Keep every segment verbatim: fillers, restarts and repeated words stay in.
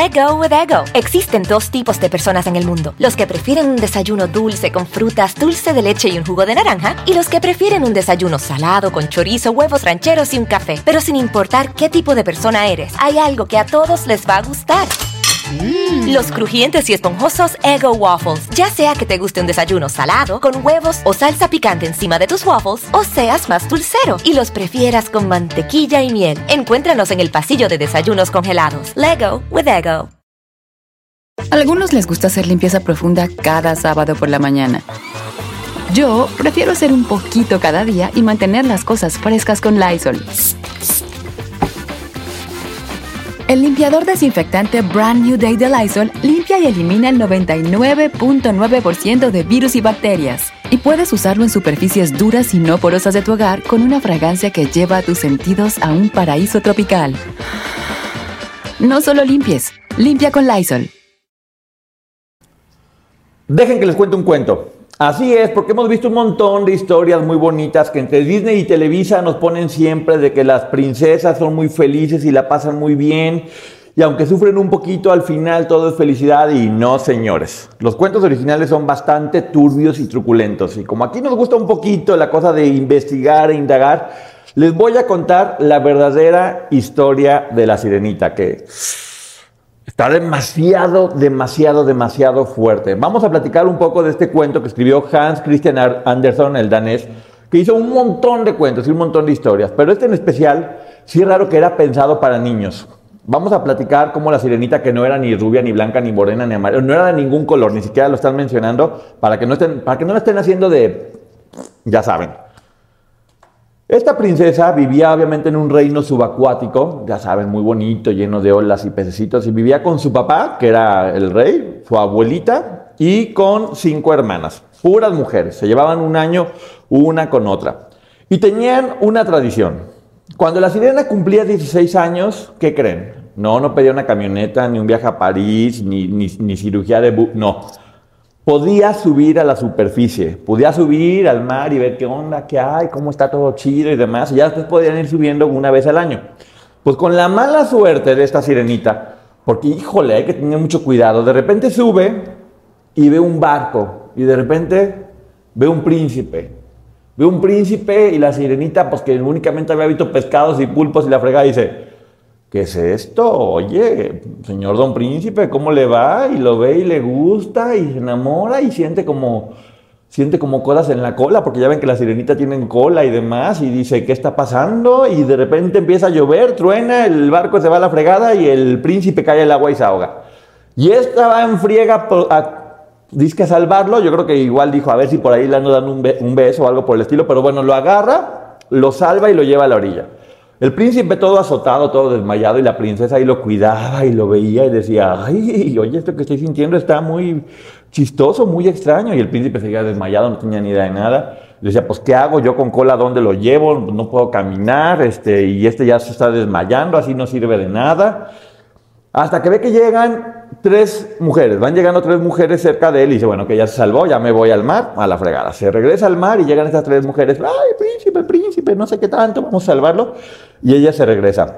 Let go with ego. Existen dos tipos de personas en el mundo. Los que prefieren un desayuno dulce con frutas, dulce de leche y un jugo de naranja. Y los que prefieren un desayuno salado con chorizo, huevos rancheros y un café. Pero sin importar qué tipo de persona eres, hay algo que a todos les va a gustar. Mm. Los crujientes y esponjosos Eggo Waffles. Ya sea que te guste un desayuno salado, con huevos o salsa picante encima de tus waffles, o seas más dulcero y los prefieras con mantequilla y miel. Encuéntranos en el pasillo de desayunos congelados. Lego with Eggo. A algunos les gusta hacer limpieza profunda cada sábado por la mañana. Yo prefiero hacer un poquito cada día y mantener las cosas frescas con Lysol. El limpiador desinfectante Brand New Day de Lysol limpia y elimina el noventa y nueve punto nueve por ciento de virus y bacterias. Y puedes usarlo en superficies duras y no porosas de tu hogar con una fragancia que lleva a tus sentidos a un paraíso tropical. No solo limpies, limpia con Lysol. Dejen que les cuente un cuento. Así es, porque hemos visto un montón de historias muy bonitas que entre Disney y Televisa nos ponen siempre de que las princesas son muy felices y la pasan muy bien. Y aunque sufren un poquito, al final todo es felicidad y no, señores. Los cuentos originales son bastante turbios y truculentos. Y como aquí nos gusta un poquito la cosa de investigar e indagar, les voy a contar la verdadera historia de la Sirenita, que está demasiado, demasiado, demasiado fuerte. Vamos a platicar un poco de este cuento que escribió Hans Christian Andersen, el danés, que hizo un montón de cuentos y un montón de historias. Pero este en especial, sí es raro que era pensado para niños. Vamos a platicar cómo la Sirenita, que no era ni rubia, ni blanca, ni morena, ni amarilla, no era de ningún color, ni siquiera lo están mencionando, para que no estén, para que no lo estén haciendo de, ya saben. Esta princesa vivía obviamente en un reino subacuático, ya saben, muy bonito, lleno de olas y pececitos, y vivía con su papá, que era el rey, su abuelita, y con cinco hermanas, puras mujeres, se llevaban un año una con otra. Y tenían una tradición. Cuando la sirena cumplía dieciséis años, ¿qué creen? No, no pedía una camioneta, ni un viaje a París, ni, ni, ni cirugía de... Bu no. Podía subir a la superficie, podía subir al mar y ver qué onda, qué hay, cómo está todo chido y demás, y ya después podían ir subiendo una vez al año. Pues con la mala suerte de esta sirenita, porque híjole, hay que tener mucho cuidado, de repente sube y ve un barco, y de repente ve un príncipe, ve un príncipe y la sirenita, pues que únicamente había visto pescados y pulpos y la fregada, dice: ¿qué es esto? Oye, señor don príncipe, ¿cómo le va? Y lo ve y le gusta y se enamora y siente como, siente como colas en la cola, porque ya ven que la sirenita tienen cola y demás, y dice: ¿qué está pasando? Y de repente empieza a llover, truena, el barco se va a la fregada y el príncipe cae al agua y se ahoga. Y esta va en friega a, dice a salvarlo. Yo creo que igual dijo, a ver si por ahí le ando dando un, be un beso o algo por el estilo, pero bueno, lo agarra, lo salva y lo lleva a la orilla. El príncipe todo azotado, todo desmayado, y la princesa ahí lo cuidaba y lo veía y decía: ay, oye, esto que estoy sintiendo está muy chistoso, muy extraño. Y el príncipe seguía desmayado, no tenía ni idea de nada. Le decía: pues, ¿qué hago? Yo con cola, ¿dónde lo llevo? No puedo caminar, este, y este ya se está desmayando, así no sirve de nada. Hasta que ve que llegan tres mujeres, van llegando tres mujeres cerca de él y dice: bueno, que ya se salvó, ya me voy al mar, a la fregada. Se regresa al mar y llegan estas tres mujeres: ay, príncipe, príncipe, no sé qué tanto, vamos a salvarlo. Y ella se regresa.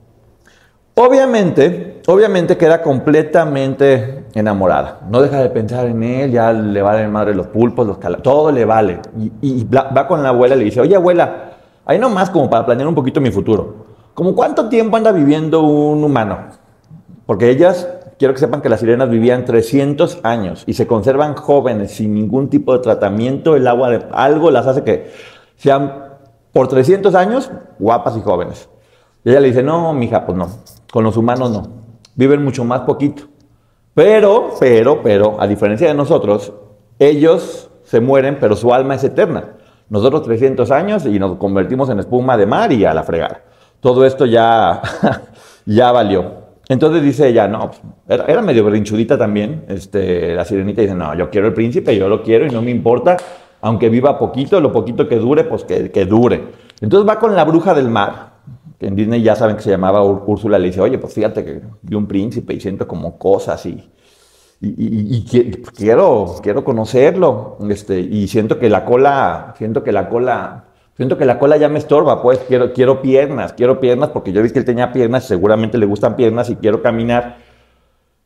Obviamente, obviamente queda completamente enamorada. No deja de pensar en él, ya le valen madre los pulpos, los calabozos, todo le vale. Y, y va con la abuela y le dice: oye, abuela, ahí nomás como para planear un poquito mi futuro. ¿Cómo cuánto tiempo anda viviendo un humano? Porque ellas, quiero que sepan que las sirenas vivían trescientos años y se conservan jóvenes sin ningún tipo de tratamiento. El agua de algo las hace que sean por trescientos años guapas y jóvenes. Y ella le dice: no, mija, pues no, con los humanos no, viven mucho más poquito. Pero, pero, pero, a diferencia de nosotros, ellos se mueren, pero su alma es eterna. Nosotros trescientos años y nos convertimos en espuma de mar y a la fregada. Todo esto ya, ya valió. Entonces dice ella: no, pues, era, era medio berrinchudita también, este, la sirenita dice: no, yo quiero el príncipe, yo lo quiero y no me importa, aunque viva poquito, lo poquito que dure, pues que, que dure. Entonces va con la bruja del mar, que en Disney ya saben que se llamaba Úrsula, le dice: oye, pues fíjate que vi un príncipe y siento como cosas y, y, y, y quiero, quiero conocerlo, este, y siento que la cola, siento que la cola... Siento que la cola ya me estorba, pues quiero, quiero piernas, quiero piernas, porque yo vi que él tenía piernas, seguramente le gustan piernas y quiero caminar.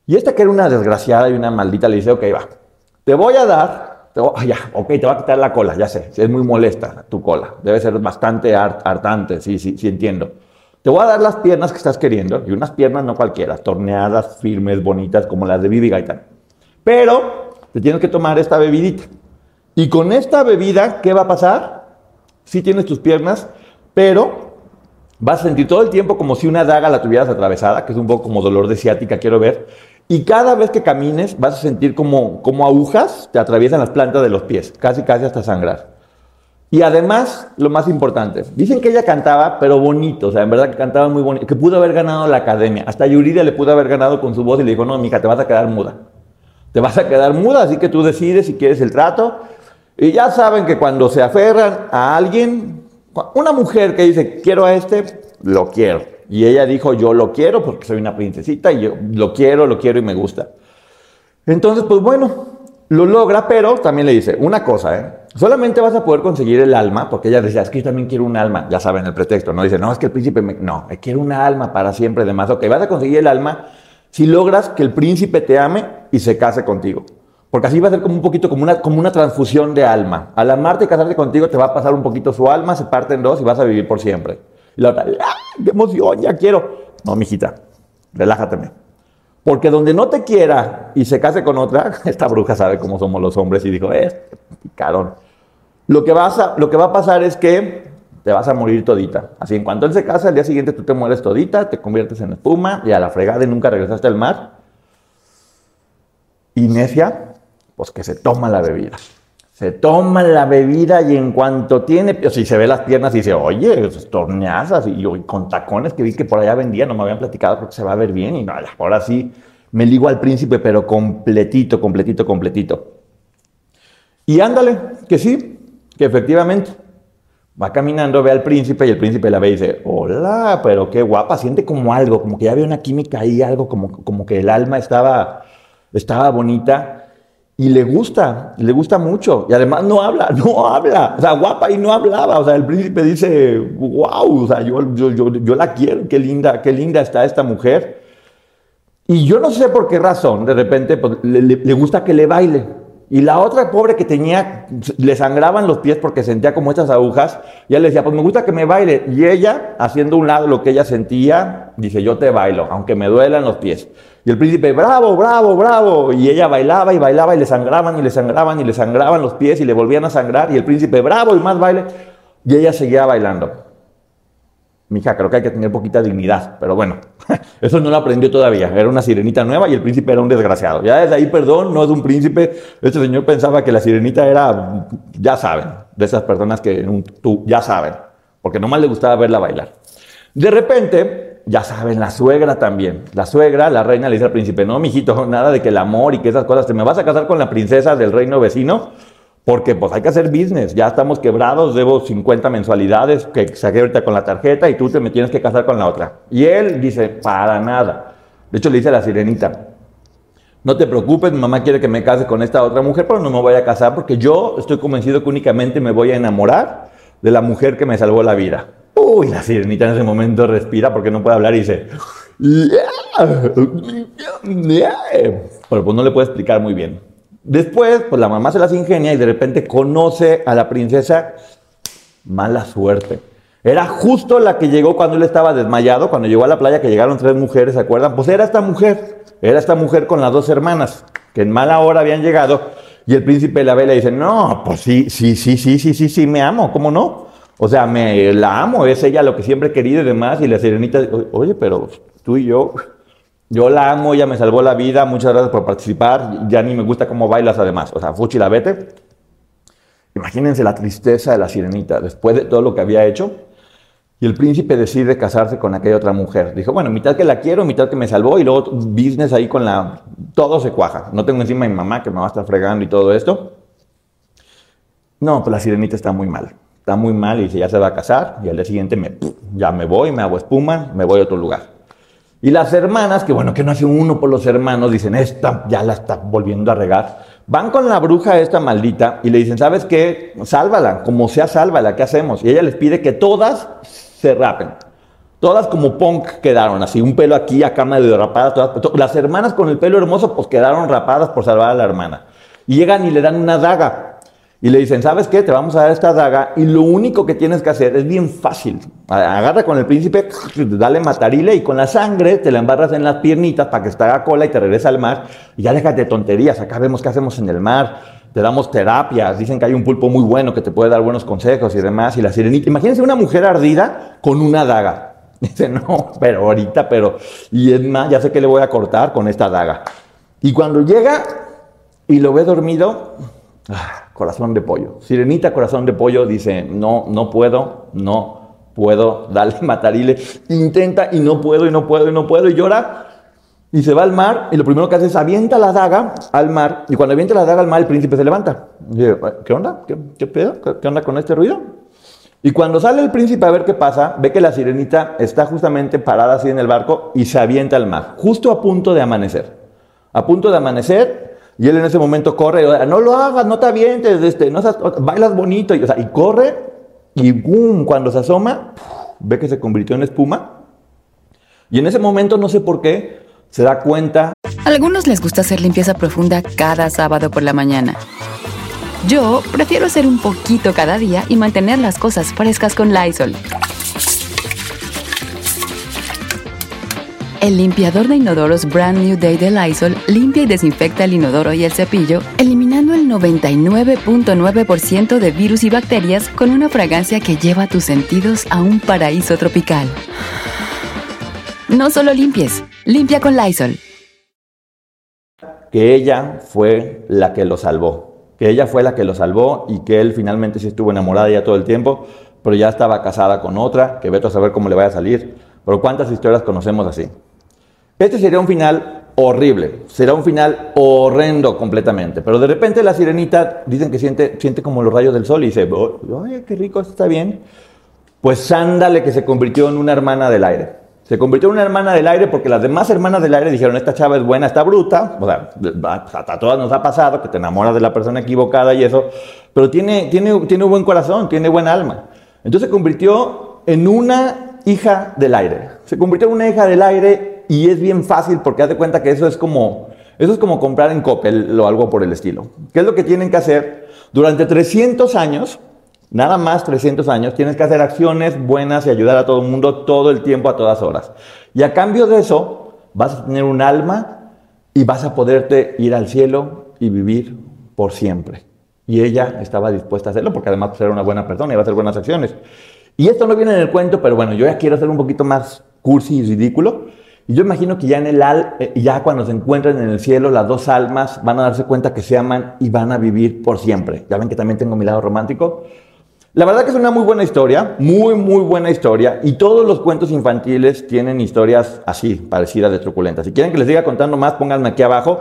Y esta que era una desgraciada y una maldita le dice, ok, va, te voy a dar, te voy, ya, ok, te va a quitar la cola, ya sé, es muy molesta tu cola, debe ser bastante hart, hartante, sí, sí, sí entiendo. Te voy a dar las piernas que estás queriendo, y unas piernas no cualquiera, torneadas, firmes, bonitas, como las de Bibi Gaitán. Pero te tienes que tomar esta bebidita. Y con esta bebida, ¿qué va a pasar? Sí tienes tus piernas, pero vas a sentir todo el tiempo como si una daga la tuvieras atravesada, que es un poco como dolor de ciática, quiero ver. Y cada vez que camines vas a sentir como, como agujas te atraviesan las plantas de los pies, casi casi hasta sangrar. Y además, lo más importante, dicen que ella cantaba, pero bonito, o sea, en verdad que cantaba muy bonito, que pudo haber ganado la academia. Hasta Yuridia le pudo haber ganado con su voz y le dijo, no, mija, te vas a quedar muda. Te vas a quedar muda, así que tú decides si quieres el trato. Y ya saben que cuando se aferran a alguien, una mujer que dice, quiero a este, lo quiero. Y ella dijo, yo lo quiero porque soy una princesita y yo lo quiero, lo quiero y me gusta. Entonces, pues bueno, lo logra, pero también le dice, una cosa, ¿eh? Solamente vas a poder conseguir el alma, porque ella decía, es que yo también quiero un alma, ya saben el pretexto, no dice, no, es que el príncipe, me... no, quiero un alma para siempre, además, ok, vas a conseguir el alma si logras que el príncipe te ame y se case contigo, porque así va a ser como un poquito como una, como una transfusión de alma, al amarte y casarte contigo te va a pasar un poquito su alma, se parte en dos y vas a vivir por siempre. Y la otra, ¡ah, qué emoción, ya quiero! No, mijita, relájateme. Porque donde no te quiera y se case con otra, esta bruja sabe cómo somos los hombres y dijo, eh, picarón. Lo que, vas a, lo que va a pasar es que te vas a morir todita. Así, en cuanto él se casa, al día siguiente tú te mueres todita, te conviertes en espuma y a la fregada y nunca regresaste al mar. Y necia, pues que se toma la bebida. Se toma la bebida y en cuanto tiene, o sea, se ve las piernas y dice, oye, torneazas y, y con tacones que vi que por allá vendía, no me habían platicado porque se va a ver bien y no, ahora sí me ligo al príncipe, pero completito, completito, completito. Y ándale, que sí, que efectivamente va caminando, ve al príncipe y el príncipe la ve y dice, hola, pero qué guapa, siente como algo, como que ya había una química ahí, algo como, como que el alma estaba, estaba bonita. Y le gusta, le gusta mucho. Y además no habla, no habla. O sea, guapa y no hablaba. O sea, el príncipe dice, wow, o sea, yo, yo, yo, yo la quiero, qué linda, qué linda está esta mujer. Y yo no sé por qué razón, de repente, pues, le, le, le gusta que le baile. Y la otra pobre que tenía, le sangraban los pies porque sentía como estas agujas. Y él le decía, pues me gusta que me baile. Y ella, haciendo a un lado lo que ella sentía, dice, yo te bailo, aunque me duelan los pies. Y el príncipe, bravo, bravo, bravo. Y ella bailaba y bailaba y le sangraban y le sangraban y le sangraban los pies y le volvían a sangrar. Y el príncipe, bravo y más baile. Y ella seguía bailando. Mija, creo que hay que tener poquita dignidad. Pero bueno, eso no lo aprendió todavía. Era una sirenita nueva y el príncipe era un desgraciado. Ya desde ahí, perdón, no es un príncipe. Este señor pensaba que la sirenita era, ya saben, de esas personas que tú, ya saben. Porque nomás le gustaba verla bailar. De repente, ya saben, la suegra también. La suegra, la reina, le dice al príncipe, no, mijito, nada de que el amor y que esas cosas, ¿te me vas a casar con la princesa del reino vecino? Porque pues hay que hacer business, ya estamos quebrados, debo cincuenta mensualidades que saqué ahorita con la tarjeta y tú te me tienes que casar con la otra. Y él dice, para nada. De hecho le dice a la sirenita, no te preocupes, mi mamá quiere que me case con esta otra mujer, pero no me voy a casar porque yo estoy convencido que únicamente me voy a enamorar de la mujer que me salvó la vida. Uy, la sirenita en ese momento respira porque no puede hablar y dice, yeah, yeah. Pero pues no le puede explicar muy bien. Después, pues la mamá se las ingenia y de repente conoce a la princesa. Mala suerte. Era justo la que llegó cuando él estaba desmayado, cuando llegó a la playa que llegaron tres mujeres, ¿se acuerdan? Pues era esta mujer, era esta mujer con las dos hermanas, que en mala hora habían llegado, y el príncipe la ve y le dice, no, pues sí, sí, sí, sí, sí, sí, sí, me amo, ¿cómo no? O sea, me la amo, es ella lo que siempre he querido y demás, y la sirenita, oye, pero tú y yo... Yo la amo, ella me salvó la vida, muchas gracias por participar, ya ni me gusta cómo bailas además, o sea, fuchi la vete. Imagínense la tristeza de la sirenita después de todo lo que había hecho y el príncipe decide casarse con aquella otra mujer. Dijo, bueno, mitad que la quiero, mitad que me salvó y luego business ahí con la... Todo se cuaja, no tengo encima a mi mamá que me va a estar fregando y todo esto. No, pues la sirenita está muy mal, está muy mal y dice, ya se va a casar y al día siguiente me, ya me voy, me hago espuma, me voy a otro lugar. Y las hermanas, que bueno, que no hace uno por los hermanos, dicen, esta ya la está volviendo a regar. Van con la bruja esta maldita y le dicen, ¿sabes qué? Sálvala, como sea sálvala, ¿qué hacemos? Y ella les pide que todas se rapen. Todas como punk quedaron, así, un pelo aquí, acá medio rapadas. Todas, to- las hermanas con el pelo hermoso, pues quedaron rapadas por salvar a la hermana. Y llegan y le dan una daga. Y le dicen, ¿sabes qué? Te vamos a dar esta daga y lo único que tienes que hacer es bien fácil. Agarra con el príncipe, dale matarile y con la sangre te la embarras en las piernitas para que te haga cola y te regresa al mar. Y ya déjate de tonterías, acá vemos qué hacemos en el mar. Te damos terapias, dicen que hay un pulpo muy bueno que te puede dar buenos consejos y demás. Y la sirenita, imagínense una mujer ardida con una daga. Dice, no, pero ahorita, pero... Y es más, ya sé que le voy a cortar con esta daga. Y cuando llega y lo ve dormido... Ah, corazón de pollo. Sirenita, corazón de pollo, dice, no, no puedo, no puedo, dale matarile. Intenta y no puedo, y no puedo, y no puedo, y llora. Y se va al mar, y lo primero que hace es avienta la daga al mar. Y cuando avienta la daga al mar, el príncipe se levanta. Y dice, ¿qué onda? ¿Qué, qué pedo? ¿Qué, qué onda con este ruido? Y cuando sale el príncipe a ver qué pasa, ve que la sirenita está justamente parada así en el barco y se avienta al mar, justo a punto de amanecer. A punto de amanecer... Y él en ese momento corre, no lo hagas, no te avientes, este, no seas, bailas bonito. Y, o sea, y corre, y boom, cuando se asoma, ve que se convirtió en espuma. Y en ese momento, no sé por qué, se da cuenta. A algunos les gusta hacer limpieza profunda cada sábado por la mañana. Yo prefiero hacer un poquito cada día y mantener las cosas frescas con Lysol. El limpiador de inodoros Brand New Day de Lysol limpia y desinfecta el inodoro y el cepillo, eliminando el noventa y nueve punto nueve por ciento de virus y bacterias con una fragancia que lleva tus sentidos a un paraíso tropical. No solo limpies, limpia con Lysol. Que ella fue la que lo salvó. Que ella fue la que lo salvó y que él finalmente sí estuvo enamorada ya todo el tiempo, pero ya estaba casada con otra, que vete a saber cómo le vaya a salir. Pero ¿cuántas historias conocemos así? Este sería un final horrible, será un final horrendo completamente, pero de repente la sirenita dicen que siente, siente como los rayos del sol y dice, ¡ay, qué rico, esto está bien! Pues ándale que se convirtió en una hermana del aire. Se convirtió en una hermana del aire porque las demás hermanas del aire dijeron, esta chava es buena, está bruta, o sea, a todas nos ha pasado que te enamoras de la persona equivocada y eso, pero tiene, tiene, tiene un buen corazón, tiene buen alma. Entonces se convirtió en una hija del aire. Se convirtió en una hija del aire. Y es bien fácil porque haz de cuenta que eso es como, eso es como comprar en Coppel o algo por el estilo. ¿Qué es lo que tienen que hacer? Durante trescientos años, nada más trescientos años, tienes que hacer acciones buenas y ayudar a todo el mundo todo el tiempo, a todas horas. Y a cambio de eso, vas a tener un alma y vas a poderte ir al cielo y vivir por siempre. Y ella estaba dispuesta a hacerlo porque además pues, era una buena persona y iba a hacer buenas acciones. Y esto no viene en el cuento, pero bueno, yo ya quiero hacer un poquito más cursi y ridículo. Y yo imagino que ya en el al, ya cuando se encuentran en el cielo, las dos almas van a darse cuenta que se aman y van a vivir por siempre. Ya ven que también tengo mi lado romántico. La verdad que es una muy buena historia, muy, muy buena historia. Y todos los cuentos infantiles tienen historias así, parecidas de truculentas. Si quieren que les siga contando más, pónganme aquí abajo.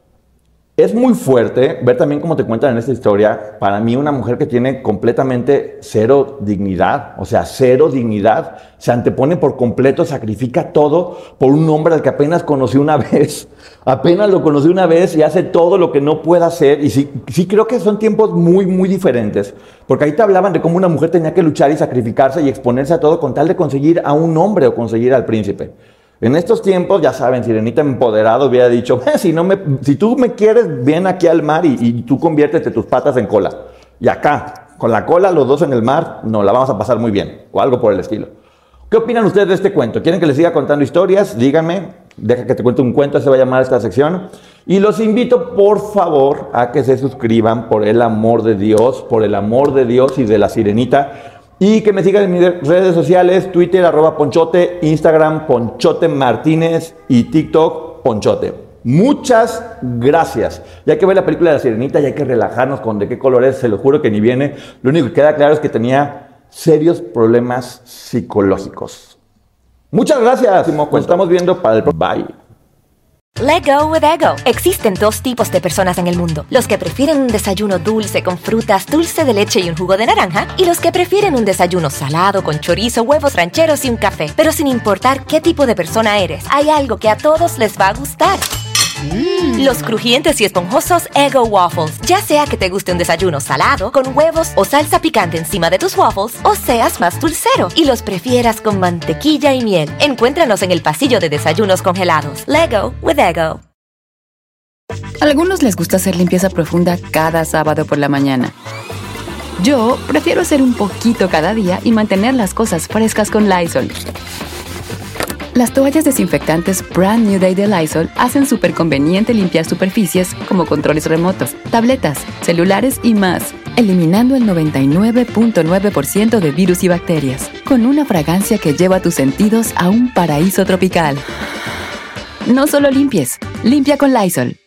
Es muy fuerte ver también cómo te cuentan en esta historia, para mí una mujer que tiene completamente cero dignidad, o sea, cero dignidad, se antepone por completo, sacrifica todo por un hombre al que apenas conoció una vez, apenas lo conoció una vez y hace todo lo que no puede hacer, y sí, sí creo que son tiempos muy, muy diferentes, porque ahí te hablaban de cómo una mujer tenía que luchar y sacrificarse y exponerse a todo con tal de conseguir a un hombre o conseguir al príncipe. En estos tiempos, ya saben, Sirenita empoderado hubiera dicho, eh, si, no me, si tú me quieres, ven aquí al mar y, y tú conviértete tus patas en cola. Y acá, con la cola, los dos en el mar, nos la vamos a pasar muy bien, o algo por el estilo. ¿Qué opinan ustedes de este cuento? ¿Quieren que les siga contando historias? Díganme, deja que te cuente un cuento, se va a llamar esta sección. Y los invito, por favor, a que se suscriban, por el amor de Dios, por el amor de Dios y de la Sirenita. Y que me sigan en mis redes sociales, Twitter, arroba Ponchote, Instagram, Ponchote Martínez y TikTok, Ponchote. Muchas gracias. Ya hay que ver la película de la Sirenita, ya hay que relajarnos con de qué color es, se lo juro que ni viene. Lo único que queda claro es que tenía serios problemas psicológicos. Muchas gracias. Nos estamos viendo para el... Bye. Let go with ego. Existen dos tipos de personas en el mundo. Los que prefieren un desayuno dulce con frutas, dulce de leche y un jugo de naranja. Y los que prefieren un desayuno salado con chorizo, huevos rancheros y un café. Pero sin importar qué tipo de persona eres, hay algo que a todos les va a gustar. Mm. Los crujientes y esponjosos Eggo Waffles. Ya sea que te guste un desayuno salado, con huevos o salsa picante encima de tus waffles, o seas más dulcero y los prefieras con mantequilla y miel. Encuéntranos en el pasillo de desayunos congelados. Leggo with Eggo. A algunos les gusta hacer limpieza profunda cada sábado por la mañana. Yo prefiero hacer un poquito cada día y mantener las cosas frescas con Lysol. Las toallas desinfectantes Brand New Day de Lysol hacen súper conveniente limpiar superficies como controles remotos, tabletas, celulares y más, eliminando el noventa y nueve punto nueve por ciento de virus y bacterias, con una fragancia que lleva tus sentidos a un paraíso tropical. No solo limpies, limpia con Lysol.